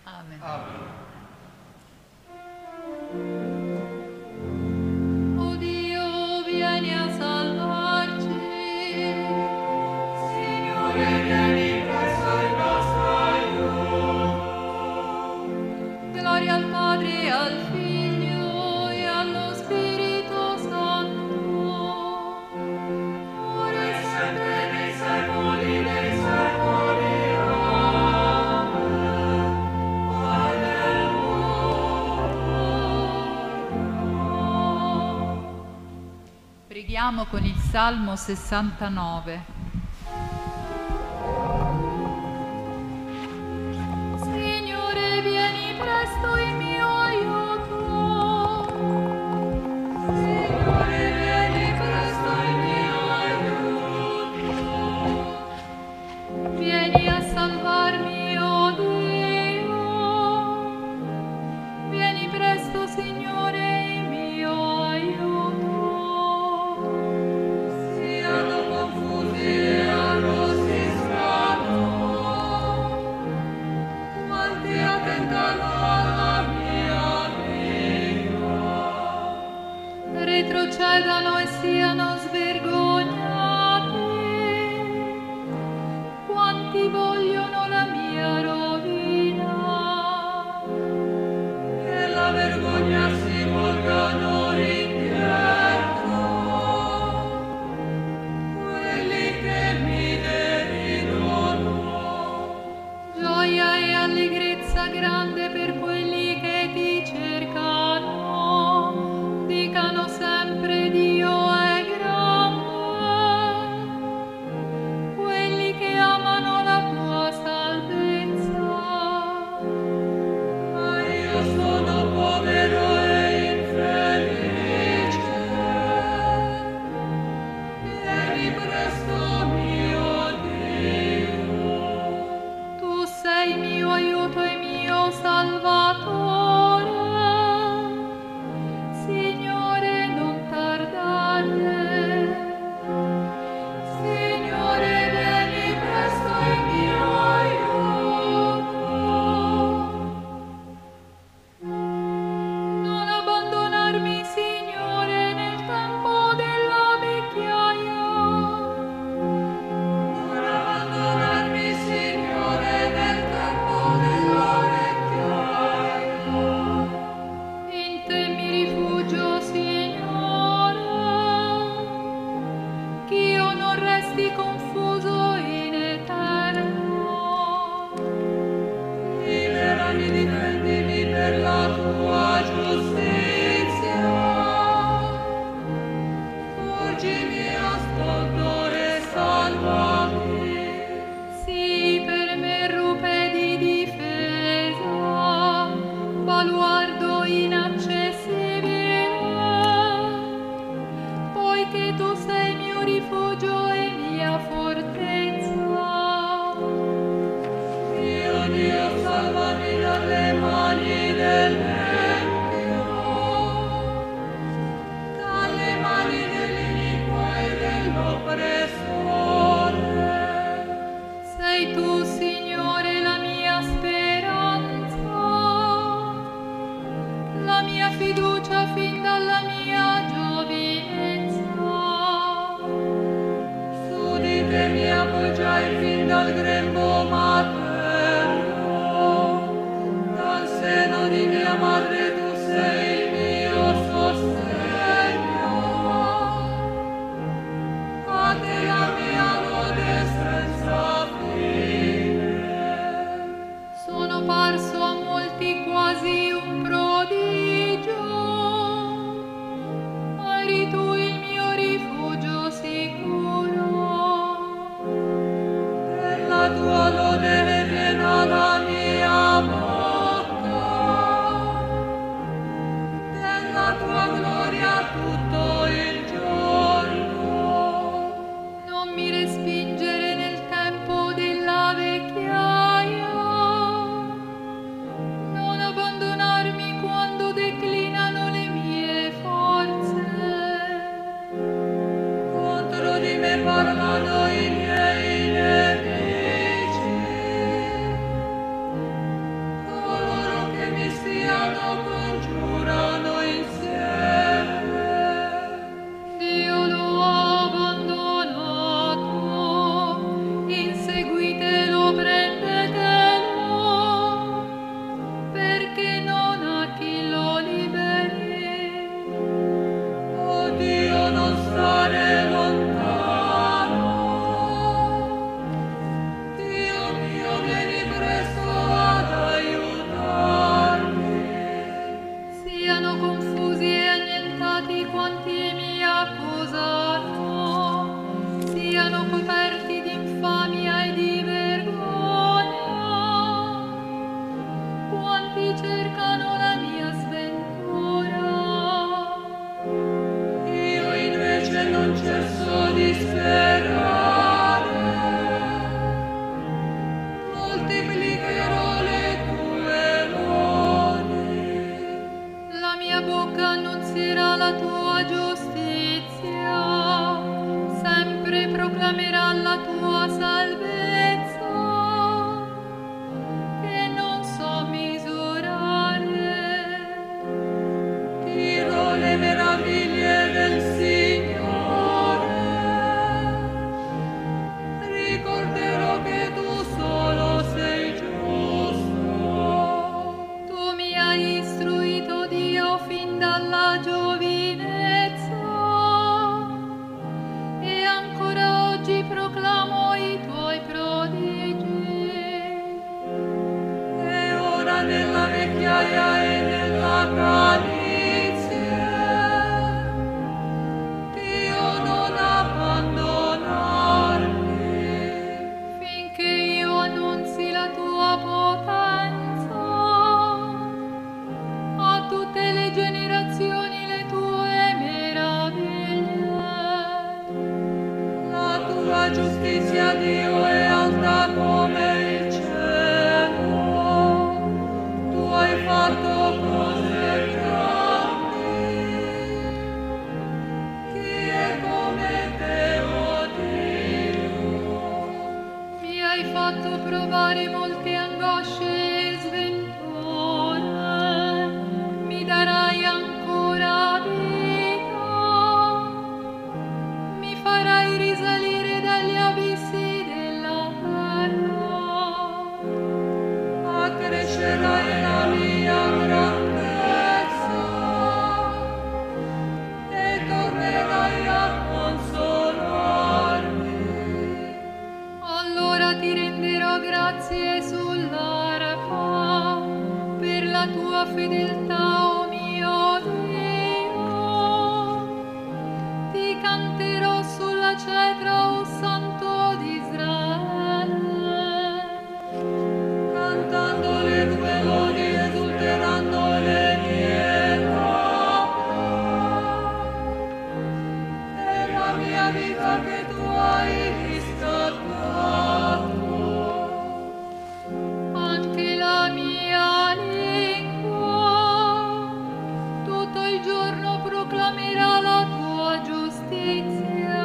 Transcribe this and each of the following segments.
Amen. Amen. O Dio, vieni a salvarci. Signore, vieni presso il nostro aiuto. Gloria al Padre, e al Figlio e allo Spirito Santo. Ora e sempre nei secoli dei secoli. Amen. Alleluia. Preghiamo con il Salmo 69. Signore, vieni presto in mio aiuto. Signore, vieni presto in mio aiuto. Vieni a salvarmi, o Dio. Vieni presto, Signore, in mio aiuto. Siano confusi e arrossiscano quanti attentano alla mia vita. Retrocedano e siano svergognati quanti vogliono la mia rovina. E la vergogna si volgano indietro quelli che mi deridono. Gioia e allegrezza grande per quelli che ti cercano, dicano sempre Dio è grande, quelli che amano la tua salvezza. Ma io sono povero e infelice. Vieni presto, mio Dio. Tu sei mio aiuto e mio salvatore, Signore, non tardare. Signore, vieni presto in mio aiuto. Non abbandonarmi, Signore, nel tempo della vecchiaia. Non abbandonarmi, Signore, nel tempo della vecchiaia. In te mi rifugio, Signore, ch'io non resti confuso in eterno. Liberami, difendimi per la tua giustizia. Fuggimi, ascolto e salvami. Sii per me rupe di difesa, baluardo inaccessibile, poiché tu sei mio rifugio e mia fortezza. Mio Dio, salvami dalle mani dell'empio, dalle mani dell'iniquo e dell'oppressore. Sei tu, Signore, la mia speranza, la mia fiducia fin dalla mia giovinezza. Su di te mi appoggiai fin dal grembo materno, dal seno di mia madre tu sei il mio sostegno. A te la mia lode senza fine. Sono parso a molti quasi un prodigio, ma eri tu il mio rifugio sicuro. Della tua lode è piena la mia bocca, della tua gloria tutto il giorno. Non mi respingere nel tempo della vecchiaia, quanti cercano la mia sventura. Io invece non cesso di sperare, moltiplicherò le tue lodi. La mia bocca annunzierà la tua giustizia, sempre proclamerà la tua salvezza, che non so misurare. Dirò le meraviglie del Signore, ricorderò che tu solo sei giusto. Tu mi hai istruito, Dio, fin dalla giovinezza, e ancora oggi proclamo i tuoi prodigi. E ora nella vecchiaia e nella calizia, Dio non abbandonarmi. Finché io annunzi la tua potenza, a tutte le generazioni le tue meraviglie. La tua giustizia, Dio, è alta come il cielo. Tu hai fatto cose grandi. Chi è come te, o Dio? Mi hai fatto provare molte angosce e sventure, mi darai ancora vita, mi farai risalire dagli abissi della terra. Accrescerai la mia grandezza e tornerai a consolarmi. Allora ti renderò grazie sull'arpa per la tua fedeltà, o mio Dio. Ti canterò sulla cetra, o Santo di Israele. Cantando le tue lodi esulteranno le mie labbra. È la mia vita che tu hai riscattato. Anche la mia lingua tutto il giorno proclamerà la tua giustizia.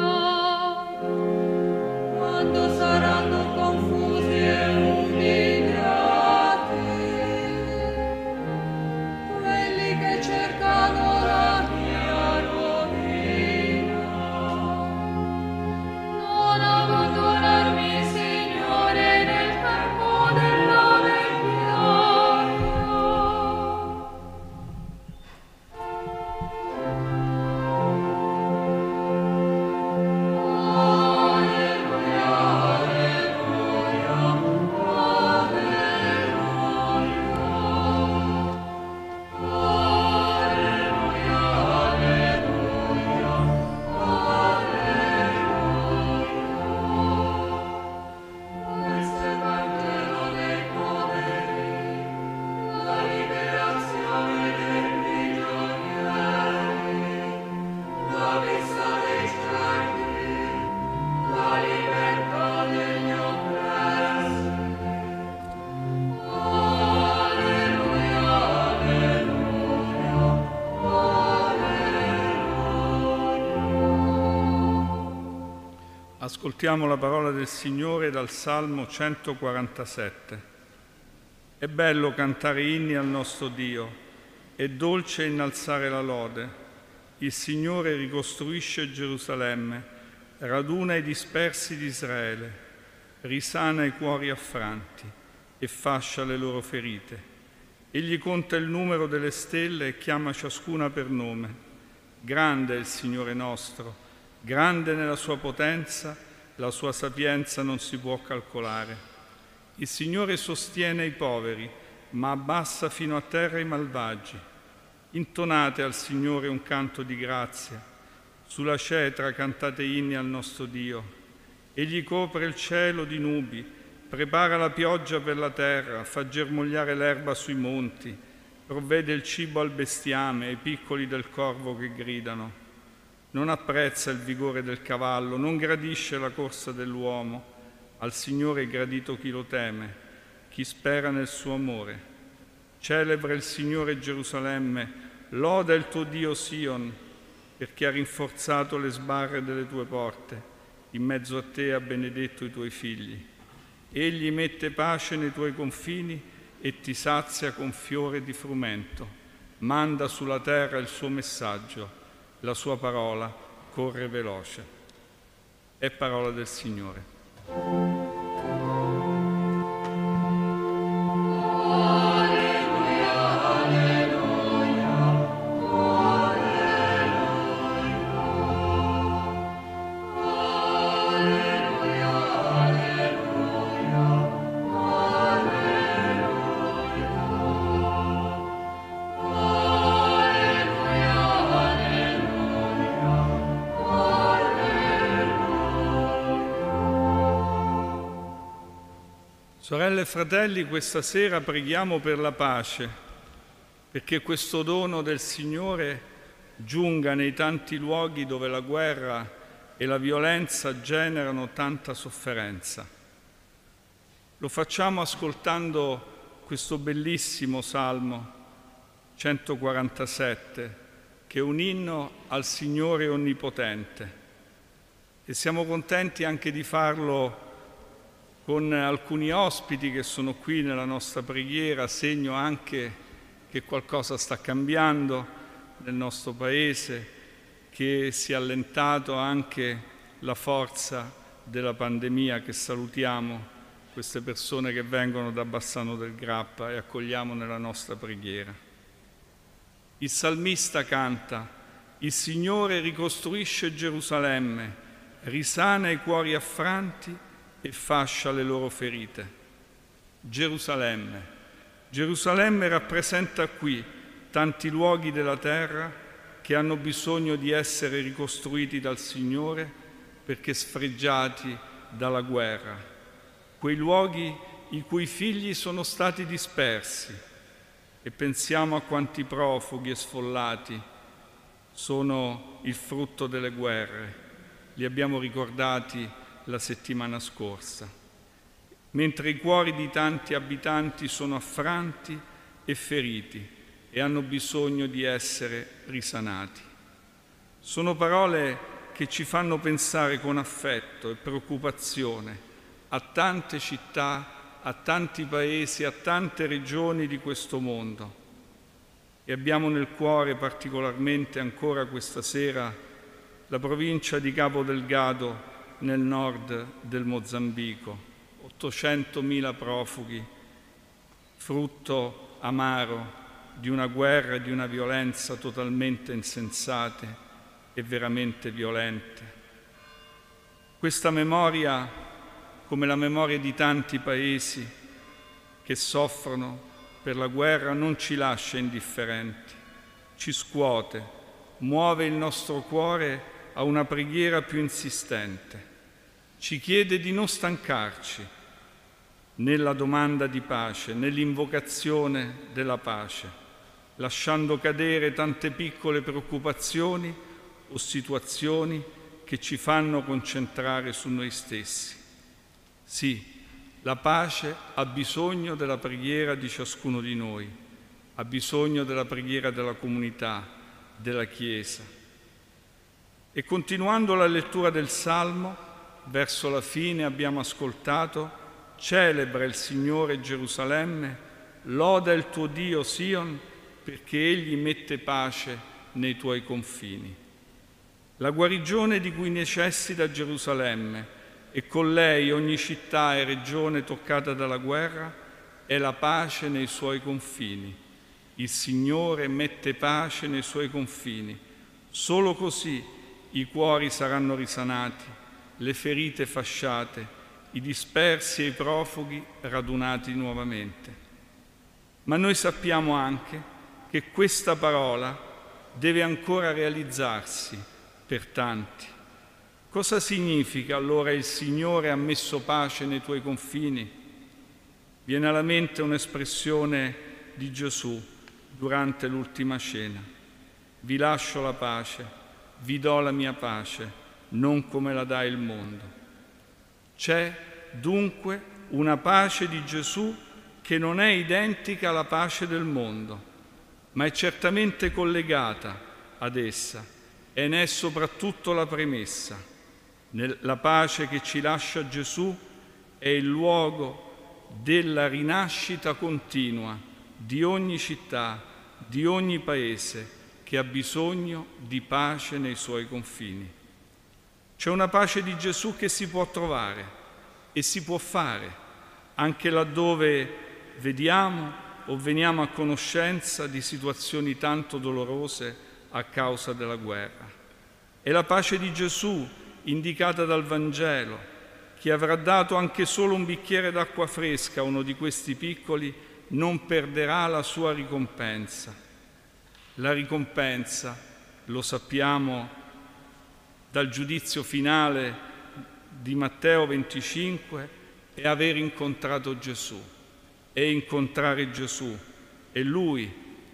Quando saranno confusi e umiliati quelli che cercano la mia rovina. Non abbandonarmi, Signore, nel tempo della vecchiaia. Questo è il Vangelo dei poveri, la liberazione dei prigionieri, la vista dei ciechi, la libertà degli oppressi. Alleluia, alleluia, alleluia. Ascoltiamo la parola del Signore dal Salmo 147. È bello cantare inni al nostro Dio, è dolce innalzare la lode. Il Signore ricostruisce Gerusalemme, raduna i dispersi di Israele, risana i cuori affranti e fascia le loro ferite. Egli conta il numero delle stelle e chiama ciascuna per nome. Grande è il Signore nostro, grande nella sua potenza, la sua sapienza non si può calcolare. Il Signore sostiene i poveri, ma abbassa fino a terra i malvagi. Intonate al Signore un canto di grazia, sulla cetra cantate inni al nostro Dio. Egli copre il cielo di nubi, prepara la pioggia per la terra, fa germogliare l'erba sui monti, provvede il cibo al bestiame, ai piccoli del corvo che gridano. Non apprezza il vigore del cavallo, non gradisce la corsa dell'uomo. Al Signore è gradito chi lo teme, chi spera nel suo amore. Celebra il Signore Gerusalemme, loda il tuo Dio Sion, perché ha rinforzato le sbarre delle tue porte. In mezzo a te ha benedetto i tuoi figli. Egli mette pace nei tuoi confini e ti sazia con fiore di frumento. Manda sulla terra il suo messaggio, la sua parola corre veloce. È parola del Signore. Sorelle e fratelli, questa sera preghiamo per la pace, perché questo dono del Signore giunga nei tanti luoghi dove la guerra e la violenza generano tanta sofferenza. Lo facciamo ascoltando questo bellissimo Salmo 147, che è un inno al Signore Onnipotente, e siamo contenti anche di farlo con alcuni ospiti che sono qui nella nostra preghiera, segno anche che qualcosa sta cambiando nel nostro Paese, che si è allentato anche la forza della pandemia, che salutiamo queste persone che vengono da Bassano del Grappa e accogliamo nella nostra preghiera. Il salmista canta: il Signore ricostruisce Gerusalemme, risana i cuori affranti e fascia le loro ferite. Gerusalemme rappresenta qui tanti luoghi della terra che hanno bisogno di essere ricostruiti dal Signore perché sfregiati dalla guerra, quei luoghi i cui figli sono stati dispersi, e pensiamo a quanti profughi e sfollati sono il frutto delle guerre. Li abbiamo ricordati la settimana scorsa, mentre i cuori di tanti abitanti sono affranti e feriti e hanno bisogno di essere risanati. Sono parole che ci fanno pensare con affetto e preoccupazione a tante città, a tanti paesi, a tante regioni di questo mondo, e abbiamo nel cuore particolarmente ancora questa sera la provincia di Cabo Delgado nel nord del Mozambico, 800.000 profughi, frutto amaro di una guerra e di una violenza totalmente insensate e veramente violente. Questa memoria, come la memoria di tanti paesi che soffrono per la guerra, non ci lascia indifferenti, ci scuote, muove il nostro cuore a una preghiera più insistente. Ci chiede di non stancarci nella domanda di pace, nell'invocazione della pace, lasciando cadere tante piccole preoccupazioni o situazioni che ci fanno concentrare su noi stessi. Sì, la pace ha bisogno della preghiera di ciascuno di noi, ha bisogno della preghiera della comunità, della Chiesa. E continuando la lettura del Salmo, verso la fine abbiamo ascoltato: celebra il Signore Gerusalemme, loda il tuo Dio Sion, perché Egli mette pace nei tuoi confini. La guarigione di cui necessita Gerusalemme, e con lei ogni città e regione toccata dalla guerra, è la pace nei suoi confini. Il Signore mette pace nei suoi confini. Solo così i cuori saranno risanati, le ferite fasciate, i dispersi e i profughi radunati nuovamente. Ma noi sappiamo anche che questa parola deve ancora realizzarsi per tanti. Cosa significa allora il Signore ha messo pace nei tuoi confini? Viene alla mente un'espressione di Gesù durante l'ultima cena. Vi lascio la pace, vi do la mia pace, non come la dà il mondo. C'è dunque una pace di Gesù che non è identica alla pace del mondo, ma è certamente collegata ad essa e ne è soprattutto la premessa. La pace che ci lascia Gesù è il luogo della rinascita continua di ogni città, di ogni paese che ha bisogno di pace nei suoi confini. C'è una pace di Gesù che si può trovare e si può fare anche laddove vediamo o veniamo a conoscenza di situazioni tanto dolorose a causa della guerra. È la pace di Gesù indicata dal Vangelo, chi avrà dato anche solo un bicchiere d'acqua fresca a uno di questi piccoli non perderà la sua ricompensa. La ricompensa, lo sappiamo dal giudizio finale di Matteo 25, è aver incontrato Gesù, è incontrare Gesù, è Lui,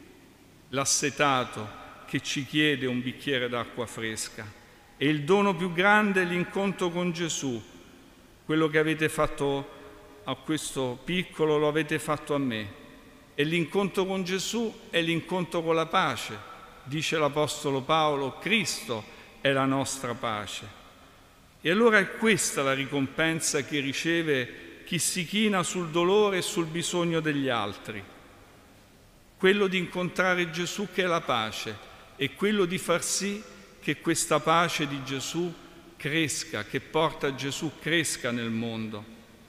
l'assetato, che ci chiede un bicchiere d'acqua fresca. E il dono più grande è l'incontro con Gesù. Quello che avete fatto a questo piccolo lo avete fatto a me. E l'incontro con Gesù è l'incontro con la pace. Dice l'Apostolo Paolo, Cristo è la nostra pace. E allora è questa la ricompensa che riceve chi si china sul dolore e sul bisogno degli altri. Quello di incontrare Gesù che è la pace e quello di far sì che questa pace di Gesù cresca, che porta Gesù cresca nel mondo.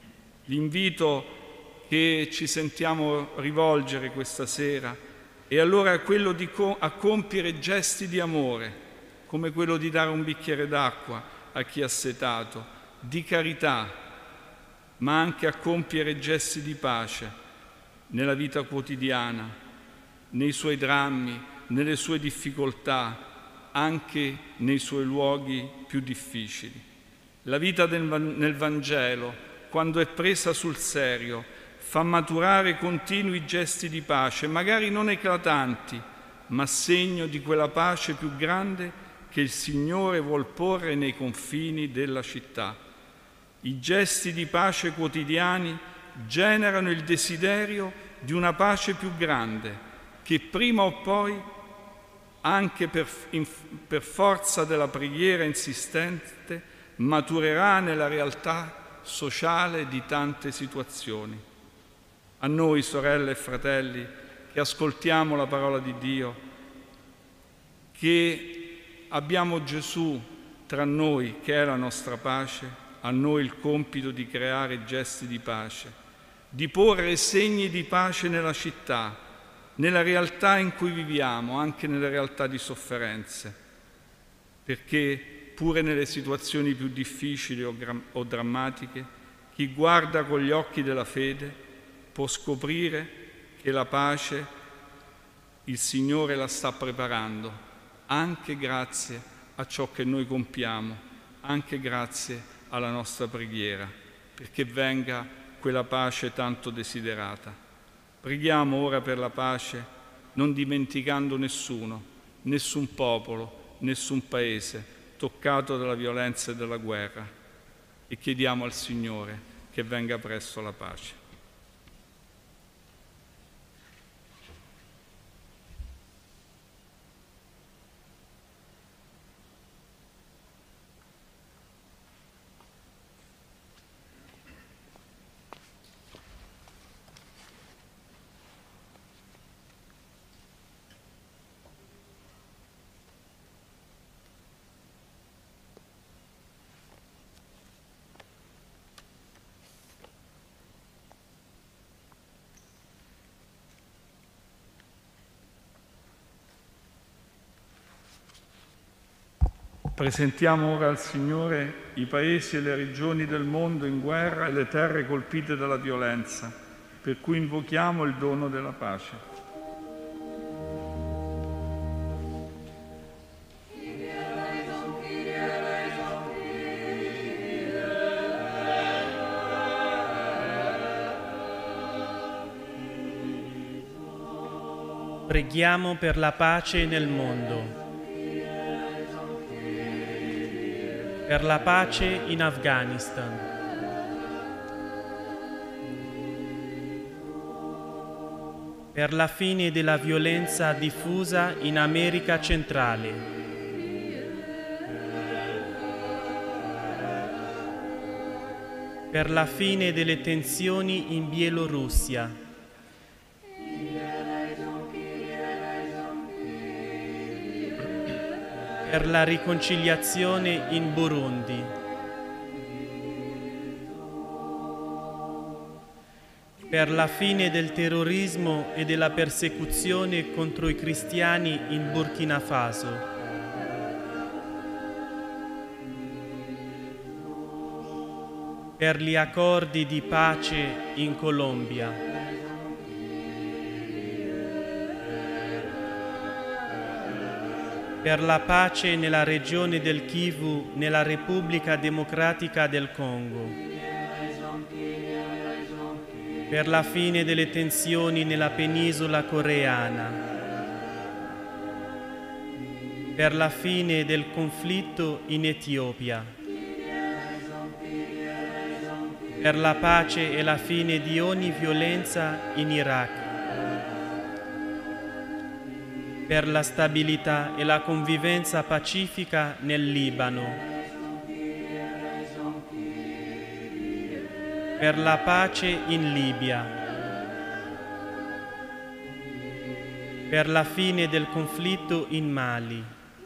L'invito che ci sentiamo rivolgere questa sera è allora quello a compiere gesti di amore, come quello di dare un bicchiere d'acqua a chi è assetato, di carità, ma anche a compiere gesti di pace nella vita quotidiana, nei suoi drammi, nelle sue difficoltà, anche nei suoi luoghi più difficili. La vita nel Vangelo, quando è presa sul serio, fa maturare continui gesti di pace, magari non eclatanti, ma segno di quella pace più grande che il Signore vuol porre nei confini della città. I gesti di pace quotidiani generano il desiderio di una pace più grande, che prima o poi anche per forza della preghiera insistente, maturerà nella realtà sociale di tante situazioni. A noi, sorelle e fratelli, che ascoltiamo la parola di Dio, che abbiamo Gesù tra noi, che è la nostra pace, a noi il compito di creare gesti di pace, di porre segni di pace nella città, nella realtà in cui viviamo, anche nelle realtà di sofferenze, perché pure nelle situazioni più difficili o drammatiche, chi guarda con gli occhi della fede può scoprire che la pace il Signore la sta preparando, anche grazie a ciò che noi compiamo, anche grazie alla nostra preghiera, perché venga quella pace tanto desiderata. Preghiamo ora per la pace, non dimenticando nessun popolo, nessun paese toccato dalla violenza e dalla guerra, e chiediamo al Signore che venga presto la pace. Presentiamo ora al Signore i paesi e le regioni del mondo in guerra e le terre colpite dalla violenza, per cui invochiamo il dono della pace. Kyrie eleison, Kyrie eleison, Kyrie Preghiamo per la pace nel mondo. Per la pace in Afghanistan. Per la fine della violenza diffusa in America centrale. Per la fine delle tensioni in Bielorussia. Per la riconciliazione in Burundi. Per la fine del terrorismo e della persecuzione contro i cristiani in Burkina Faso. Per gli accordi di pace in Colombia. Per la pace nella regione del Kivu, nella Repubblica Democratica del Congo. Per la fine delle tensioni nella penisola coreana. Per la fine del conflitto in Etiopia. Per la pace e la fine di ogni violenza in Iraq. Per la stabilità e la convivenza pacifica nel Libano. Per la pace in Libia. Per la fine del conflitto in Mali.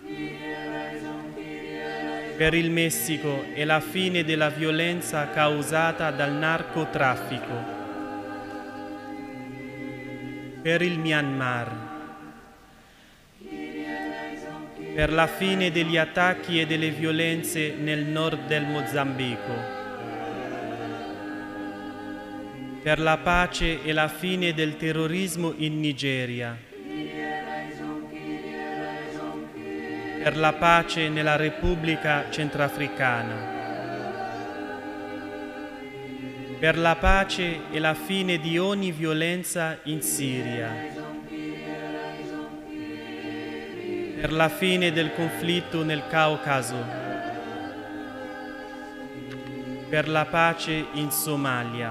Per il Messico e la fine della violenza causata dal narcotraffico. Per il Myanmar. Per la fine degli attacchi e delle violenze nel nord del Mozambico. Per la pace e la fine del terrorismo in Nigeria. Per la pace nella Repubblica Centrafricana. Per la pace e la fine di ogni violenza in Siria. Per la fine del conflitto nel Caucaso. Per la pace in Somalia.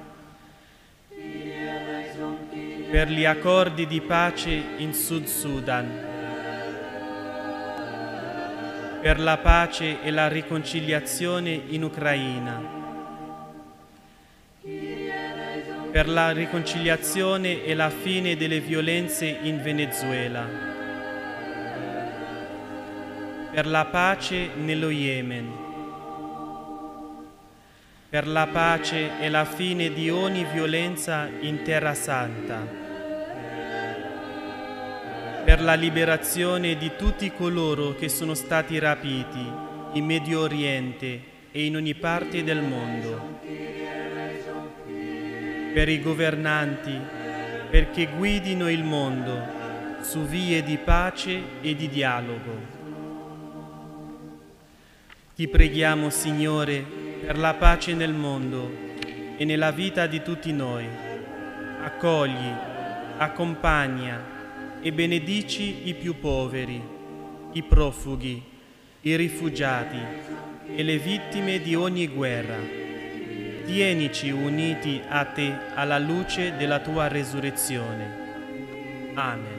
Per gli accordi di pace in Sud Sudan. Per la pace e la riconciliazione in Ucraina. Per la riconciliazione e la fine delle violenze in Venezuela. Per la pace nello Yemen. Per la pace e la fine di ogni violenza in Terra Santa. Per la liberazione di tutti coloro che sono stati rapiti in Medio Oriente e in ogni parte del mondo. Per i governanti, perché guidino il mondo su vie di pace e di dialogo. Ti preghiamo, Signore, per la pace nel mondo e nella vita di tutti noi. Accogli, accompagna e benedici i più poveri, i profughi, i rifugiati e le vittime di ogni guerra. Tienici uniti a te alla luce della tua resurrezione. Amen.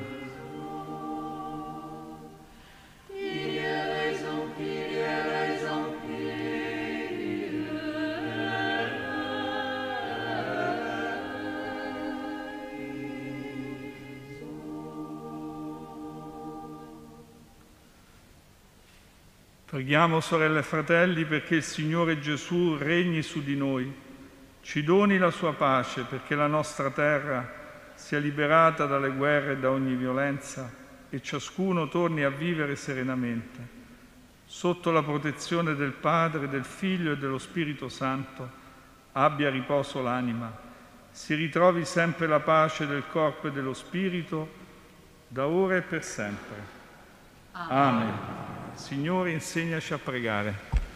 Preghiamo, sorelle e fratelli, perché il Signore Gesù regni su di noi, ci doni la sua pace perché la nostra terra sia liberata dalle guerre e da ogni violenza e ciascuno torni a vivere serenamente. Sotto la protezione del Padre, del Figlio e dello Spirito Santo abbia riposo l'anima, si ritrovi sempre la pace del corpo e dello spirito, da ora e per sempre. Amen. Signore, insegnaci a pregare.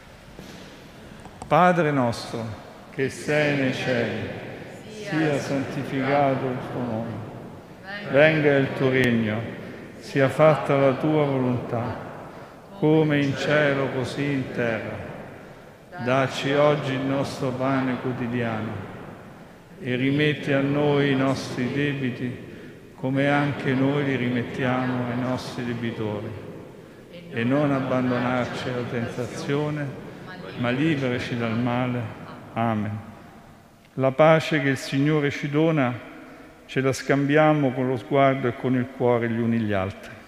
Padre nostro, che sei nei cieli, sia santificato il tuo nome. venga il tuo regno, sia fatta la tua volontà, come in cielo così in terra. Dacci oggi il nostro pane quotidiano e rimetti a noi i nostri debiti, come anche noi li rimettiamo ai nostri debitori. E non abbandonarci alla tentazione, ma liberaci dal male. Amen. La pace che il Signore ci dona ce la scambiamo con lo sguardo e con il cuore gli uni gli altri.